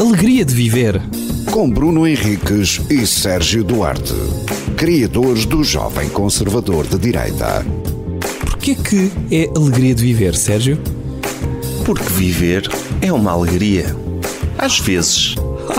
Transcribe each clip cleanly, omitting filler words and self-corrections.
alegria de viver. Com Bruno Henriques e Sérgio Duarte, criadores do Jovem Conservador de Direita. Porquê que é alegria de viver, Sérgio? Porque viver é uma alegria. Às vezes.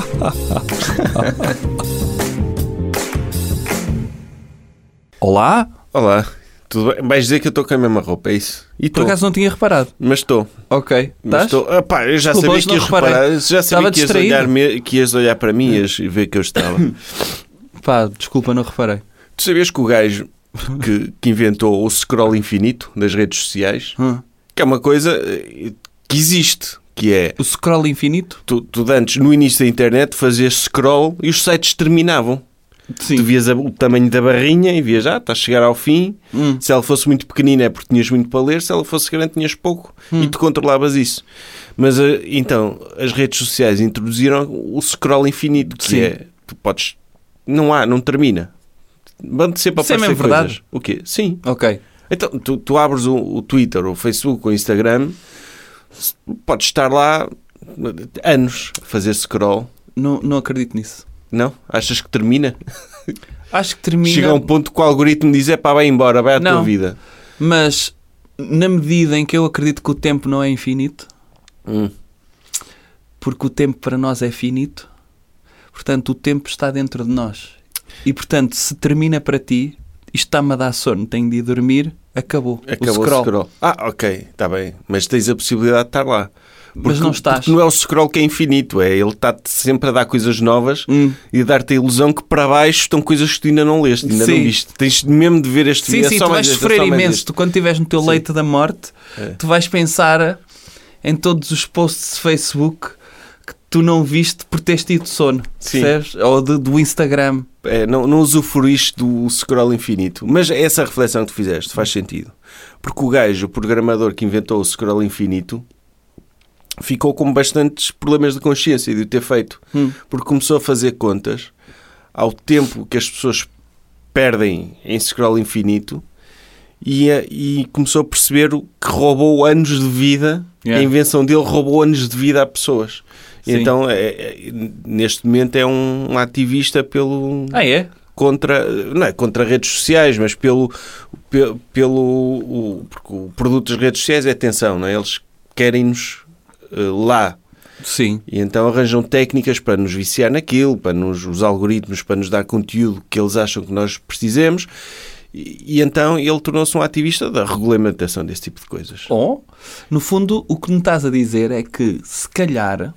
Olá? Olá, tudo bem? Vais dizer que eu estou com a mesma roupa, é isso? E Por acaso não tinha reparado. Mas estou. Ok. Estás? Eu já Desculpa, sabia hoje que não ias reparei. reparar. Já sabia Estava que ias olhar para mim e ver que eu estava. Pá, desculpa, não reparei. Tu sabias que o gajo que inventou o scroll infinito das redes sociais, que é uma coisa que existe, que é... O scroll infinito? Tu antes, no início da internet, fazias scroll e os sites terminavam. Sim. Tu vias o tamanho da barrinha e vias, está a chegar ao fim. Se ela fosse muito pequenina é porque tinhas muito para ler, se ela fosse grande tinhas pouco e tu controlavas isso. Mas então, as redes sociais introduziram o scroll infinito, que é, tu podes, não termina. Vão-te sempre Isso é aparecer mesmo coisas. verdade? O quê? Sim. Ok. Então, tu abres o Twitter, o Facebook, o Instagram, podes estar lá anos a fazer scroll. Não acredito nisso. Não? Achas que termina? Acho que termina... Chega a um ponto que o algoritmo diz, vai embora, vai à tua vida. Mas, na medida em que eu acredito que o tempo não é infinito, porque o tempo para nós é finito, portanto, o tempo está dentro de nós. E, portanto, se termina para ti, isto está-me a dar sono, tenho de ir dormir, acabou o scroll. Ok, está bem. Mas tens a possibilidade de estar lá. Mas não estás. Porque não é o scroll que é infinito, ele está-te sempre a dar coisas novas e a dar-te a ilusão que para baixo estão coisas que tu ainda não leste, ainda não viste. Tens mesmo de ver este vídeo. Sim, tu vais sofrer imenso. Tu, quando estiveres no teu leito da morte, tu vais pensar em todos os posts de Facebook que tu não viste por teres tido sono, percebes? Ou do Instagram. Não usufruíste do scroll infinito. Mas essa reflexão que tu fizeste faz sentido. Porque o programador que inventou o scroll infinito, ficou com bastantes problemas de consciência de o ter feito. Porque começou a fazer contas ao tempo que as pessoas perdem em scroll infinito e começou a perceber que roubou anos de vida. A invenção dele roubou anos de vida a pessoas. Então, neste momento, é um ativista pelo... não é contra redes sociais, mas porque o produto das redes sociais é atenção, não é? Eles querem-nos lá. Sim. E então arranjam técnicas para nos viciar naquilo, os algoritmos para nos dar conteúdo que eles acham que nós precisemos. E então ele tornou-se um ativista da regulamentação desse tipo de coisas. No fundo, o que me estás a dizer é que, se calhar,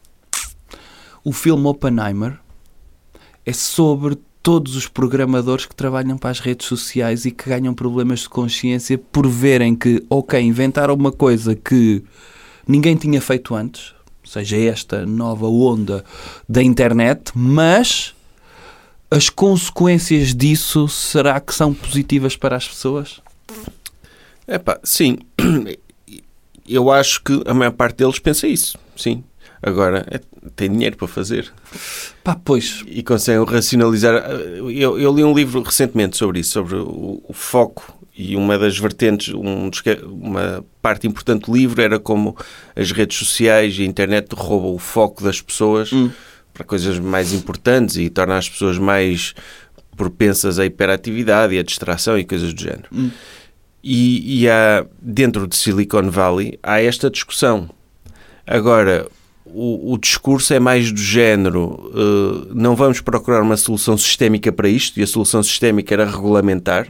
o filme Oppenheimer é sobre todos os programadores que trabalham para as redes sociais e que ganham problemas de consciência por verem que, inventaram uma coisa que ninguém tinha feito antes, ou seja, esta nova onda da internet, mas as consequências disso, será que são positivas para as pessoas? Sim. Eu acho que a maior parte deles pensa isso, sim. Agora, tem dinheiro para fazer. Pois. E conseguem racionalizar. Eu li um livro recentemente sobre isso, sobre o foco. E uma das vertentes, uma parte importante do livro era como as redes sociais e a internet roubam o foco das pessoas para coisas mais importantes e tornam as pessoas mais propensas à hiperatividade e à distração e coisas do género. E há, dentro de Silicon Valley, há esta discussão. Agora, o discurso é mais do género, não vamos procurar uma solução sistémica para isto, e a solução sistémica era regulamentar.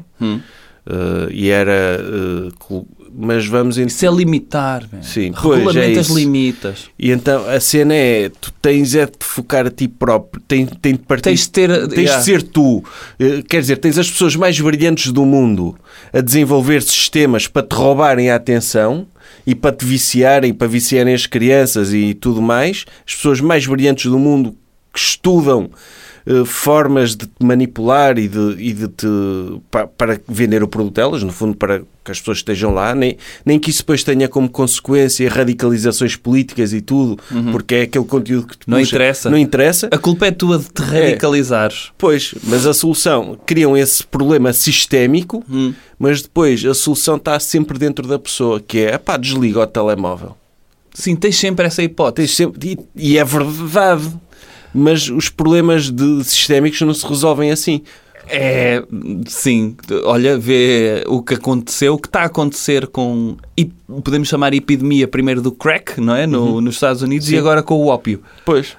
Mas vamos... Isso é limitar. Sim, regulamentas, limitas. E então a cena é, tu tens de focar a ti próprio, tens de ser tu. Quer dizer, tens as pessoas mais brilhantes do mundo a desenvolver sistemas para te roubarem a atenção e para te viciarem, para viciarem as crianças e tudo mais. As pessoas mais brilhantes do mundo que estudam formas de te manipular e de te para vender o produto delas, no fundo para que as pessoas estejam lá, nem que isso depois tenha como consequência radicalizações políticas e tudo, porque é aquele conteúdo que te puxa. Não interessa. A culpa é tua de te radicalizares. Pois, mas a solução, criam esse problema sistémico, mas depois a solução está sempre dentro da pessoa, que é, desliga o telemóvel. Sim, tens sempre essa hipótese. Tens sempre, e é verdade. Mas os problemas sistémicos não se resolvem assim. Sim, olha, vê o que aconteceu, o que está a acontecer com, podemos chamar epidemia primeiro do crack, não é? Nos Estados Unidos. Sim. E agora com o ópio. Pois.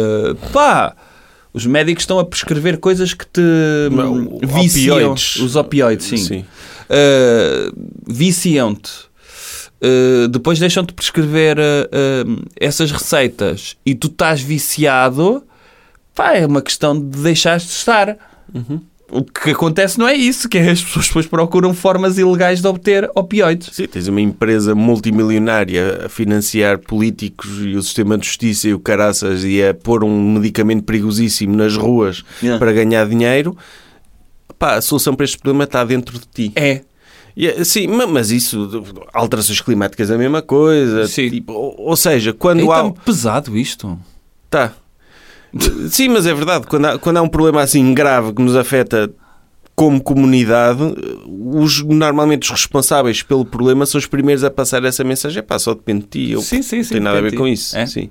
Os médicos estão a prescrever coisas que te viciam. Opioides. Os opioides, sim. Viciam-te. Depois deixam-te prescrever essas receitas e tu estás viciado. É uma questão de deixares de estar. O que acontece não é isso, que as pessoas depois procuram formas ilegais de obter opioides. Sim, tens uma empresa multimilionária a financiar políticos e o sistema de justiça e o caraças e a pôr um medicamento perigosíssimo nas ruas para ganhar dinheiro. A solução para este problema está dentro de ti. Sim, mas isso, alterações climáticas é a mesma coisa. Tipo, ou seja, quando há... É pesado isto. Tá. Sim, mas é verdade. Quando há um problema assim grave que nos afeta como comunidade, normalmente os responsáveis pelo problema são os primeiros a passar essa mensagem. Só depende de ti. Não tem nada a ver com isso. Sim.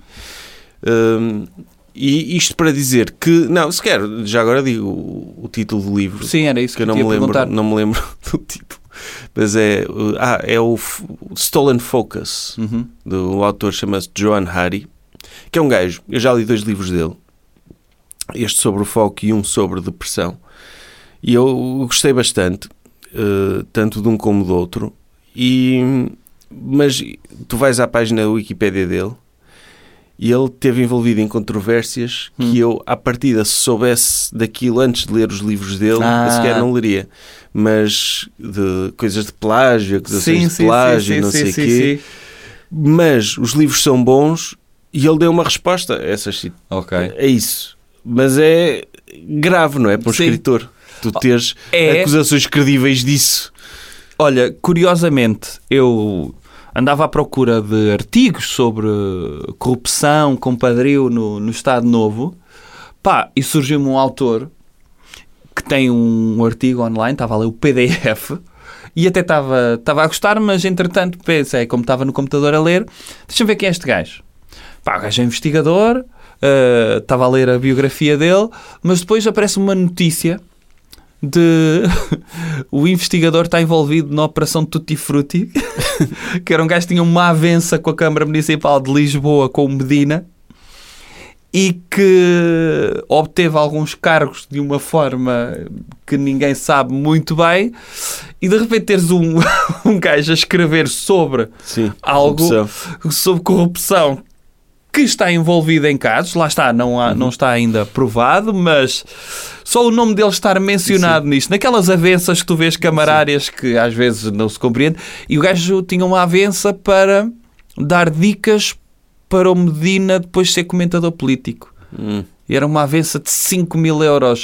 E isto para dizer que... Não, se quer, já agora digo o título do livro. Sim, era isso que eu não me lembro do título. Mas é o Stolen Focus, do autor chama-se Johann Hari, que é um gajo, eu já li 2 livros dele, este sobre o foco e um sobre depressão, e eu gostei bastante, tanto de um como do outro, mas tu vais à página da Wikipédia dele, e ele esteve envolvido em controvérsias que eu, à partida, se soubesse daquilo antes de ler os livros dele, sequer não leria. Mas de coisas de plágio, acusações de plágio, não sei o quê. Mas os livros são bons e ele deu uma resposta a essas. É isso. Mas é grave, não é? Para um escritor. Tu teres acusações credíveis disso. Olha, curiosamente, eu... andava à procura de artigos sobre corrupção, compadrio no Estado Novo. E surgiu-me um autor que tem um artigo online, estava a ler o PDF, e até estava a gostar, mas entretanto pensei, como estava no computador a ler, deixa-me ver quem é este gajo. O gajo é investigador, estava a ler a biografia dele, mas depois aparece uma notícia de o investigador está envolvido na operação Tutti Frutti, que era um gajo que tinha uma avença com a Câmara Municipal de Lisboa com o Medina e que obteve alguns cargos de uma forma que ninguém sabe muito bem, e de repente teres um gajo a escrever sobre algo, sobre corrupção, que está envolvido em casos, lá está, não está ainda provado, mas só o nome dele estar mencionado nisto, naquelas avenças que tu vês camarárias que às vezes não se compreende, e o gajo tinha uma avença para dar dicas para o Medina depois ser comentador político. E era uma avença de 5.000 euros.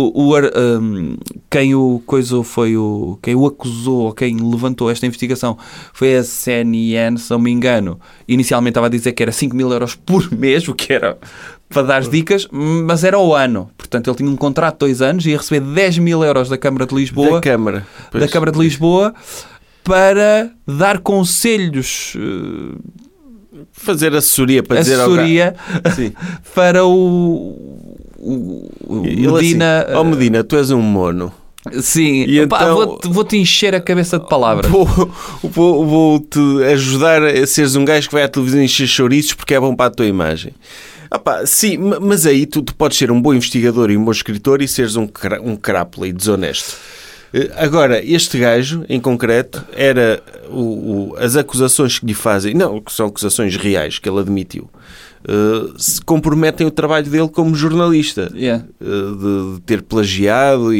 Quem o acusou, quem levantou esta investigação foi a CNN, se não me engano. Inicialmente estava a dizer que era 5.000 euros por mês, o que era para dar dicas, mas era ao ano. Portanto, ele tinha um contrato de 2 anos e ia receber 10.000 euros da Câmara de Lisboa. Da Câmara de Lisboa para dar conselhos... fazer assessoria para dizer para o Medina. Assim, Medina, tu és um mono. Sim, e então, vou-te encher a cabeça de palavras. Vou-te ajudar a seres um gajo que vai à televisão encher chouriços porque é bom para a tua imagem. Sim, mas aí tu podes ser um bom investigador e um bom escritor e seres um crápula e desonesto. Agora, este gajo, em concreto, era as acusações que lhe fazem, não, que são acusações reais, que ele admitiu, se comprometem o trabalho dele como jornalista, de ter plagiado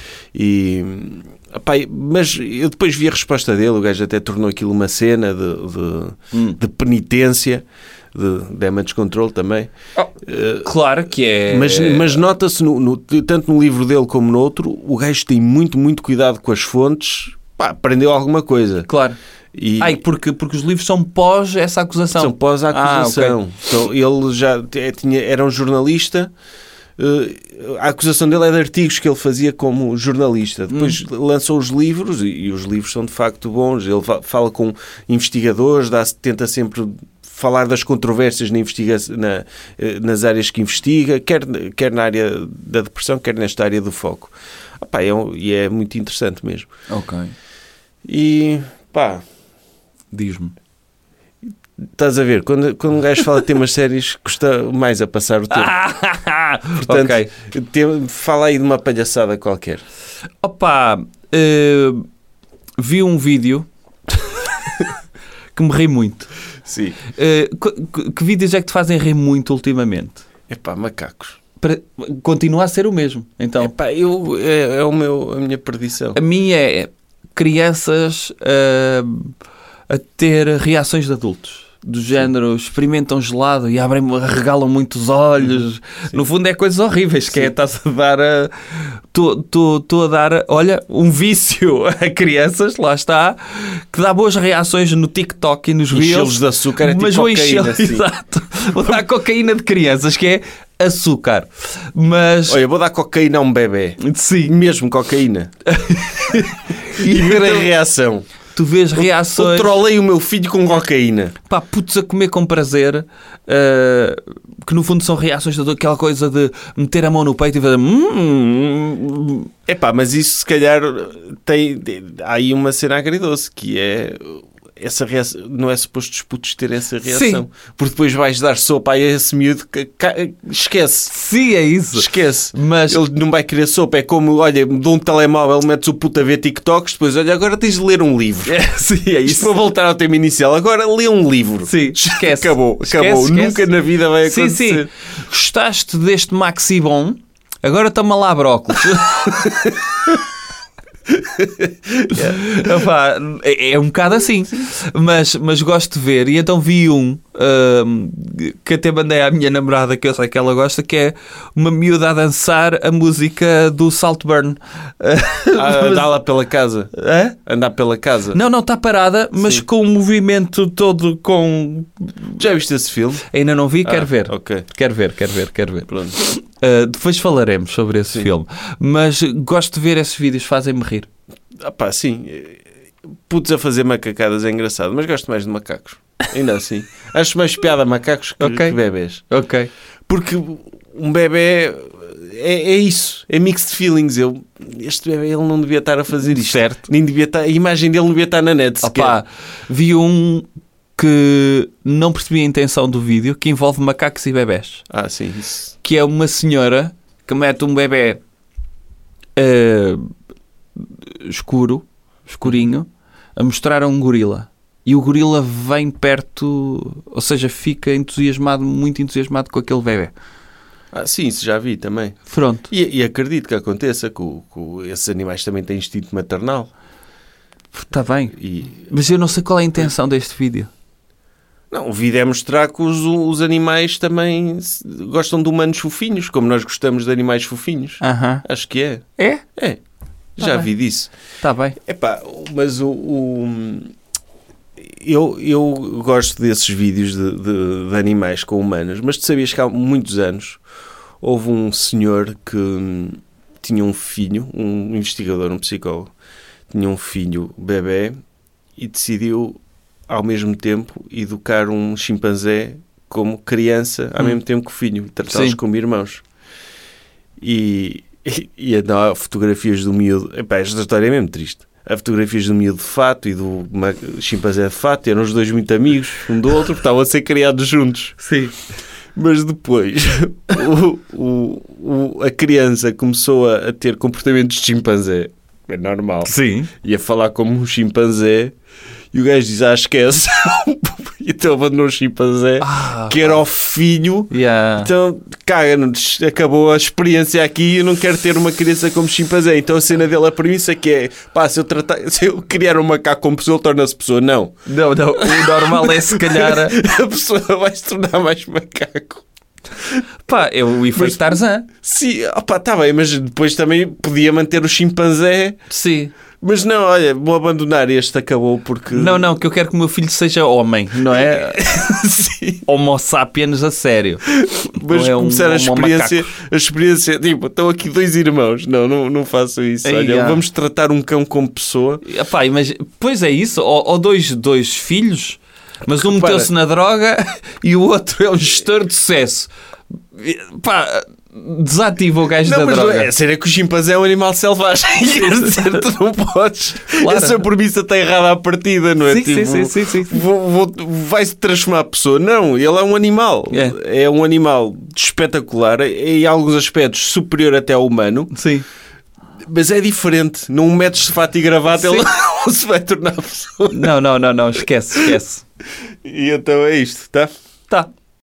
mas eu depois vi a resposta dele, o gajo até tornou aquilo uma cena de penitência, de damage control também. Claro que é... Mas nota-se, tanto no livro dele como no outro, o gajo tem muito, muito cuidado com as fontes. Aprendeu alguma coisa. Claro. Porque os livros são pós essa acusação. São pós a acusação. Okay. Então, ele já era um jornalista. A acusação dele é de artigos que ele fazia como jornalista. Depois lançou os livros e os livros são de facto bons. Ele fala com investigadores, tenta sempre falar das controvérsias nas áreas que investiga, quer na área da depressão, quer nesta área do foco. E é muito interessante mesmo. Ok. E pá, diz-me. Estás a ver, quando um gajo fala de temas sérios, custa mais a passar o tempo. Portanto, fala aí de uma palhaçada qualquer. Opa, vi um vídeo que me ri muito. Sim. Que vídeos é que te fazem rir muito ultimamente? Macacos. Continua a ser o mesmo. Então, a minha perdição. A minha é crianças a ter reações de adultos. Do género, experimentam gelado e regalam muito os olhos. Sim. No fundo é coisas horríveis, que estás a dar estou a dar, olha, um vício a crianças, lá está, que dá boas reações no TikTok e nos Reels. Enchê-los de açúcar, é tipo cocaína. Exato. Vou dar cocaína de crianças, que é açúcar. Mas... Olha, vou dar cocaína a um bebê. Sim. Mesmo cocaína. E ver a reação. Tu vês reações... Eu trolei o meu filho com cocaína. Putos a comer com prazer, que no fundo são reações daquela coisa de meter a mão no peito e fazer... Mas isso se calhar há aí uma cena agridoce, que é... Essa reação, não é suposto os putos terem essa reação. Sim. Porque depois vais dar sopa a esse miúdo que esquece. Sim, é isso. Esquece. Mas... Ele não vai querer sopa. É como, olha, de um telemóvel metes o puto a ver TikToks, depois, olha, agora tens de ler um livro. Sim, é isso. Isto para voltar ao tema inicial. Agora lê um livro. Sim, esquece. Acabou. Esquece. Nunca na vida vai acontecer. Sim. Gostaste deste Maxi Bom? Agora toma lá brócolis. É um bocado assim, mas gosto de ver. E então vi que até mandei à minha namorada, que eu sei que ela gosta, que é uma miúda a dançar a música do Saltburn. Andar lá pela casa. Andar pela casa. Não, está parada, mas com o movimento todo com... Já viste esse filme? Ainda não vi, quero ver. Okay. Quero ver. Pronto. Depois falaremos sobre esse filme. Mas gosto de ver esses vídeos, fazem-me rir. Sim. Putos a fazer macacadas é engraçado, mas gosto mais de macacos. Ainda assim. Acho mais piada a macacos que bebés. Ok. Porque um bebé é isso. É mixed feelings. Este bebé, ele não devia estar a fazer isto. Certo. Nem devia estar, a imagem dele não devia estar na net. Vi um que não percebi a intenção do vídeo, que envolve macacos e bebés. Sim. Isso. Que é uma senhora que mete um bebé escurinho, a mostrar a um gorila. E o gorila vem perto, ou seja, fica muito entusiasmado com aquele bebé. Sim, isso já vi também. Pronto. E acredito que aconteça, que esses animais também têm instinto maternal. Está bem. Mas eu não sei qual é a intenção deste vídeo. Não, o vídeo é mostrar que os animais também gostam de humanos fofinhos, como nós gostamos de animais fofinhos. Acho que é. É? É. Já vi disso. Está bem. Mas eu gosto desses vídeos de animais com humanos, mas tu sabias que há muitos anos houve um senhor que tinha um filho, um investigador, um psicólogo, tinha um filho bebê e decidiu ao mesmo tempo educar um chimpanzé como criança ao mesmo tempo que o filho, tratá-los como irmãos. E há fotografias do miúdo. Esta história é mesmo triste. Há fotografias do miúdo de fato e do chimpanzé de fato. Eram os dois muito amigos um do outro, porque estavam a ser criados juntos. Sim. Mas depois a criança começou a ter comportamentos de chimpanzé. É normal. Sim. E a falar como um chimpanzé. E o gajo diz, esquece. Então abandonou o chimpanzé, que era o filho. Yeah. Então, acabou a experiência aqui e eu não quero ter uma criança como chimpanzé. Então a cena dele, a premissa que é, se eu criar um macaco como pessoa, ele torna-se pessoa. Não. O normal é se calhar... a pessoa vai se tornar mais macaco. É o efeito Tarzan. Sim, está bem, mas depois também podia manter o chimpanzé. Sim. Mas não, olha, vou abandonar este, acabou porque... Não, que eu quero que o meu filho seja homem, não é? Sim. Homo sapiens a sério. Mas começar a experiência, tipo, estão aqui dois irmãos. Não façam isso. Olha, vamos tratar um cão como pessoa. Pois é isso, ou dois filhos Mas um meteu-se na droga e o outro é um gestor de sucesso. Pá, desativa o gajo da droga. É sério que o chimpanzé é um animal selvagem. Tu não podes. Claro. Essa premissa está errada à partida, não é? Sim. Vai-se transformar a pessoa. Não, ele é um animal. É um animal espetacular, em alguns aspectos superior até ao humano. Sim. Mas é diferente. Não metes de fato e gravata, ele não se vai tornar pessoa. Não. Esquece. E então é isto, tá? Tá.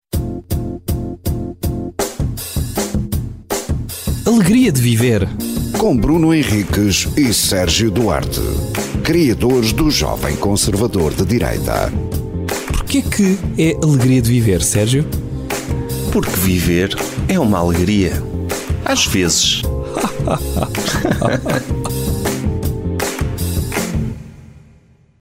Alegria de viver. Com Bruno Henriques e Sérgio Duarte, criadores do Jovem Conservador de Direita. Porquê que é alegria de viver, Sérgio? Porque viver é uma alegria. Às vezes.